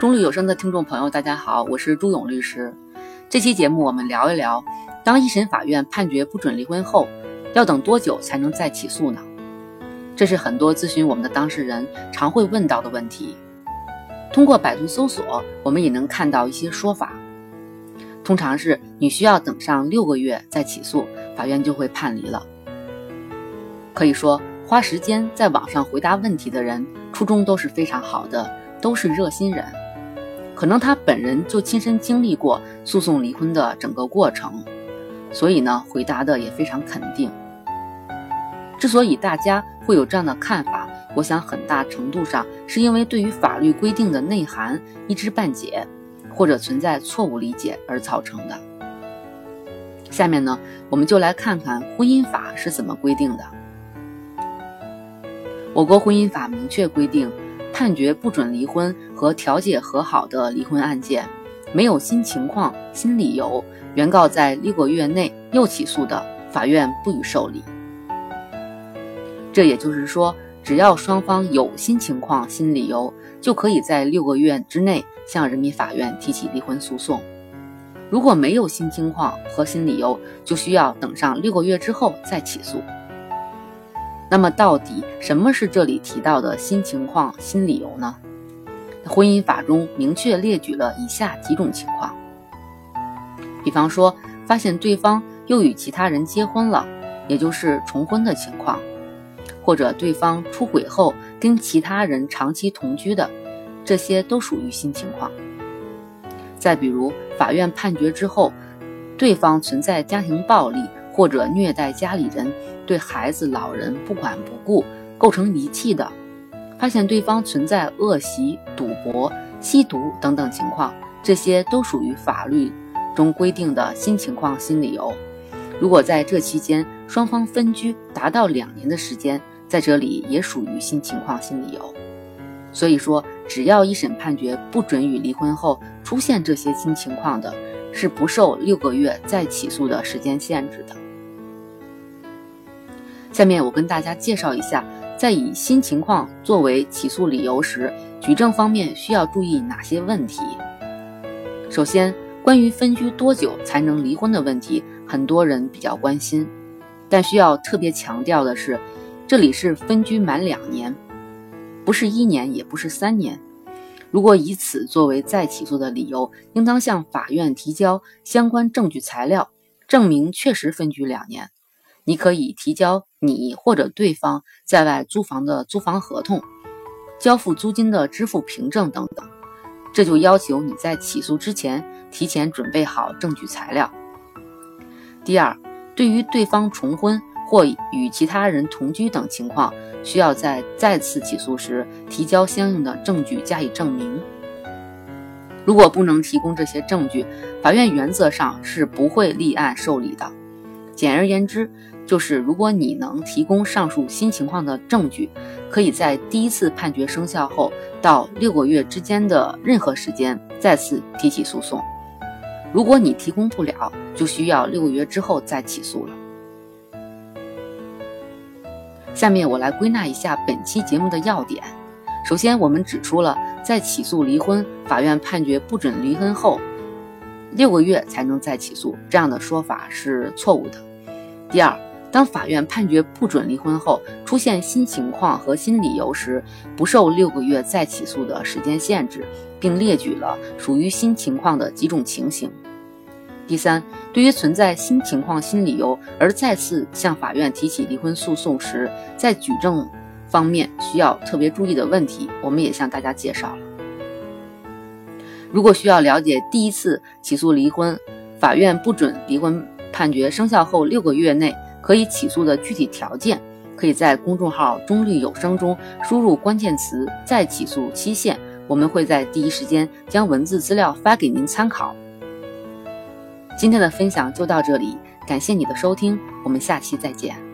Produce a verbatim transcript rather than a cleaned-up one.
中律有声的听众朋友，大家好，我是朱勇律师。这期节目我们聊一聊，当一审法院判决不准离婚后，要等多久才能再起诉呢？这是很多咨询我们的当事人常会问到的问题。通过百度搜索，我们也能看到一些说法。通常是你需要等上六个月再起诉，法院就会判离了。可以说，花时间在网上回答问题的人，初衷都是非常好的，都是热心人。可能他本人就亲身经历过诉讼离婚的整个过程，所以呢，回答的也非常肯定。之所以大家会有这样的看法，我想很大程度上是因为对于法律规定的内涵一知半解，或者存在错误理解而造成的。下面呢，我们就来看看婚姻法是怎么规定的。我国婚姻法明确规定，判决不准离婚和调解和好的离婚案件，没有新情况、新理由，原告在六个月内又起诉的，法院不予受理。这也就是说，只要双方有新情况、新理由，就可以在六个月之内向人民法院提起离婚诉讼。如果没有新情况和新理由，就需要等上六个月之后再起诉。那么到底什么是这里提到的新情况、新理由呢？婚姻法中明确列举了以下几种情况。比方说，发现对方又与其他人结婚了，也就是重婚的情况，或者对方出轨后跟其他人长期同居的，这些都属于新情况。再比如，法院判决之后，对方存在家庭暴力或者虐待家里人，对孩子老人不管不顾，构成遗弃的，发现对方存在恶习、赌博、吸毒等等情况，这些都属于法律中规定的新情况、新理由。如果在这期间双方分居达到两年的时间，在这里也属于新情况、新理由。所以说，只要一审判决不准予离婚后出现这些新情况的，是不受六个月再起诉的时间限制的。下面我跟大家介绍一下，在以新情况作为起诉理由时，举证方面需要注意哪些问题。首先，关于分居多久才能离婚的问题，很多人比较关心，但需要特别强调的是，这里是分居满两年，不是一年，也不是三年。如果以此作为再起诉的理由，应当向法院提交相关证据材料，证明确实分居两年。你可以提交你或者对方在外租房的租房合同、交付租金的支付凭证等等，这就要求你在起诉之前提前准备好证据材料。第二，对于对方重婚或与其他人同居等情况，需要在再次起诉时提交相应的证据加以证明。如果不能提供这些证据，法院原则上是不会立案受理的。简而言之，就是如果你能提供上述新情况的证据，可以在第一次判决生效后到六个月之间的任何时间再次提起诉讼。如果你提供不了，就需要六个月之后再起诉了。下面我来归纳一下本期节目的要点。首先，我们指出了在起诉离婚，法院判决不准离婚后六个月才能再起诉，这样的说法是错误的。第二，当法院判决不准离婚后出现新情况和新理由时，不受六个月再起诉的时间限制，并列举了属于新情况的几种情形。第三，对于存在新情况、新理由而再次向法院提起离婚诉讼时，在举证方面需要特别注意的问题，我们也向大家介绍了。如果需要了解第一次起诉离婚，法院不准离婚判决生效后六个月内可以起诉的具体条件，可以在公众号中律有声中输入关键词再起诉期限，我们会在第一时间将文字资料发给您参考。今天的分享就到这里，感谢你的收听，我们下期再见。